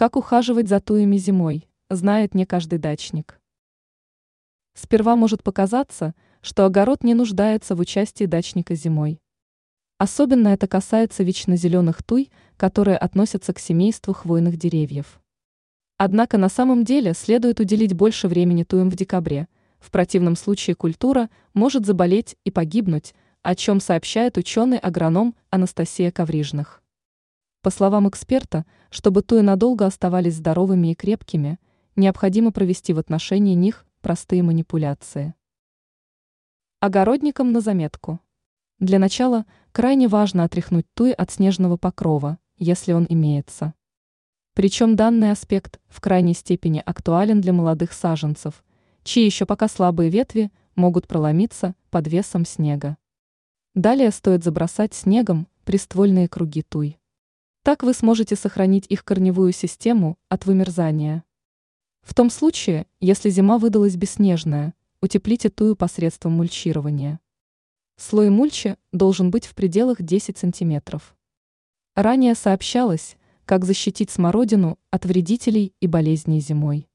Как ухаживать за туями зимой, знает не каждый дачник. Сперва может показаться, что огород не нуждается в участии дачника зимой. Особенно это касается вечнозеленых туй, которые относятся к семейству хвойных деревьев. Однако на самом деле следует уделить больше времени туям в декабре, в противном случае культура может заболеть и погибнуть, о чем сообщает ученый-агроном Анастасия Коврижных. По словам эксперта, чтобы туи надолго оставались здоровыми и крепкими, необходимо провести в отношении них простые манипуляции. Огородникам на заметку. Для начала крайне важно отряхнуть туи от снежного покрова, если он имеется. Причем данный аспект в крайней степени актуален для молодых саженцев, чьи еще пока слабые ветви могут проломиться под весом снега. Далее стоит забросать снегом приствольные круги туй. Так вы сможете сохранить их корневую систему от вымерзания. В том случае, если зима выдалась бесснежная, утеплите тую посредством мульчирования. Слой мульчи должен быть в пределах 10 см. Ранее сообщалось, как защитить смородину от вредителей и болезней зимой.